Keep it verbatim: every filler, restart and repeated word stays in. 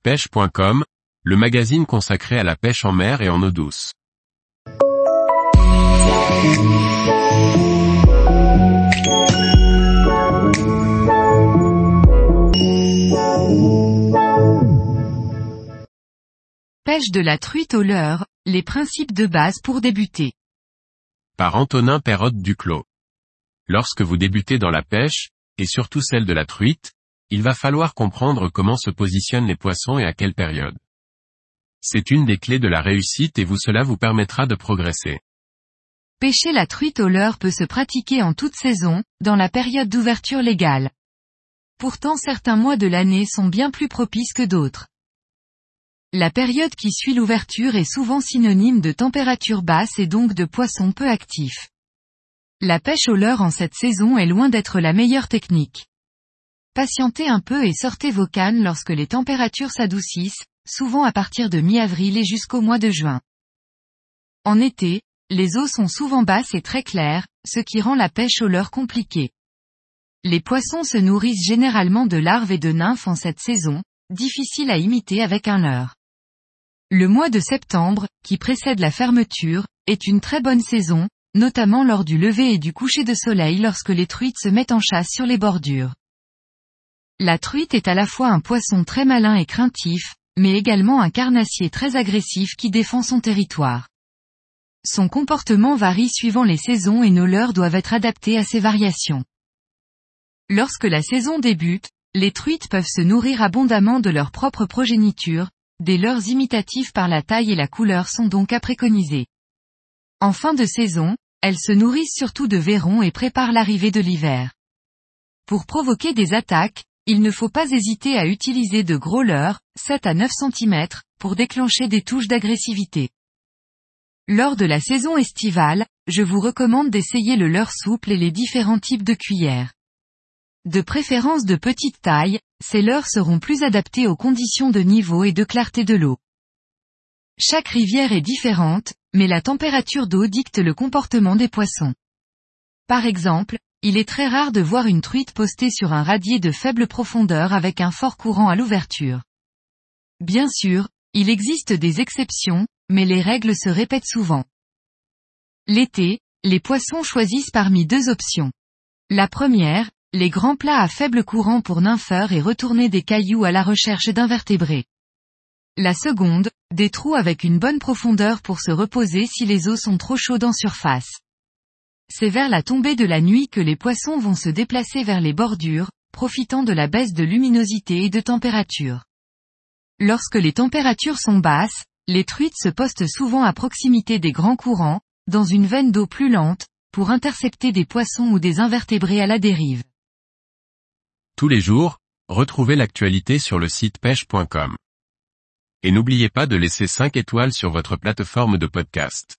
pêche point com, le magazine consacré à la pêche en mer et en eau douce. Pêche de la truite au leurre, les principes de base pour débuter. Par Antonin Perrotte Duclos. Lorsque vous débutez dans la pêche, et surtout celle de la truite, il va falloir comprendre comment se positionnent les poissons et à quelle période. C'est une des clés de la réussite et vous cela vous permettra de progresser. Pêcher la truite au leurre peut se pratiquer en toute saison, dans la période d'ouverture légale. Pourtant certains mois de l'année sont bien plus propices que d'autres. La période qui suit l'ouverture est souvent synonyme de température basse et donc de poissons peu actifs. La pêche au leurre en cette saison est loin d'être la meilleure technique. Patientez un peu et sortez vos cannes lorsque les températures s'adoucissent, souvent à partir de mi-avril et jusqu'au mois de juin. En été, les eaux sont souvent basses et très claires, ce qui rend la pêche au leurre compliquée. Les poissons se nourrissent généralement de larves et de nymphes en cette saison, difficile à imiter avec un leurre. Le mois de septembre, qui précède la fermeture, est une très bonne saison, notamment lors du lever et du coucher de soleil lorsque les truites se mettent en chasse sur les bordures. La truite est à la fois un poisson très malin et craintif, mais également un carnassier très agressif qui défend son territoire. Son comportement varie suivant les saisons et nos leurres doivent être adaptés à ces variations. Lorsque la saison débute, les truites peuvent se nourrir abondamment de leur propre progéniture, des leurres imitatifs par la taille et la couleur sont donc à préconiser. En fin de saison, elles se nourrissent surtout de vairons et préparent l'arrivée de l'hiver. Pour provoquer des attaques, il ne faut pas hésiter à utiliser de gros leurres, sept à neuf centimètres, pour déclencher des touches d'agressivité. Lors de la saison estivale, je vous recommande d'essayer le leurre souple et les différents types de cuillères. De préférence de petite taille, ces leurres seront plus adaptés aux conditions de niveau et de clarté de l'eau. Chaque rivière est différente, mais la température d'eau dicte le comportement des poissons. Par exemple, il est très rare de voir une truite postée sur un radier de faible profondeur avec un fort courant à l'ouverture. Bien sûr, il existe des exceptions, mais les règles se répètent souvent. L'été, les poissons choisissent parmi deux options. La première, les grands plats à faible courant pour nympheurs et retourner des cailloux à la recherche d'invertébrés. La seconde, des trous avec une bonne profondeur pour se reposer si les eaux sont trop chaudes en surface. C'est vers la tombée de la nuit que les poissons vont se déplacer vers les bordures, profitant de la baisse de luminosité et de température. Lorsque les températures sont basses, les truites se postent souvent à proximité des grands courants, dans une veine d'eau plus lente, pour intercepter des poissons ou des invertébrés à la dérive. Tous les jours, retrouvez l'actualité sur le site pêche point com. Et n'oubliez pas de laisser cinq étoiles sur votre plateforme de podcast.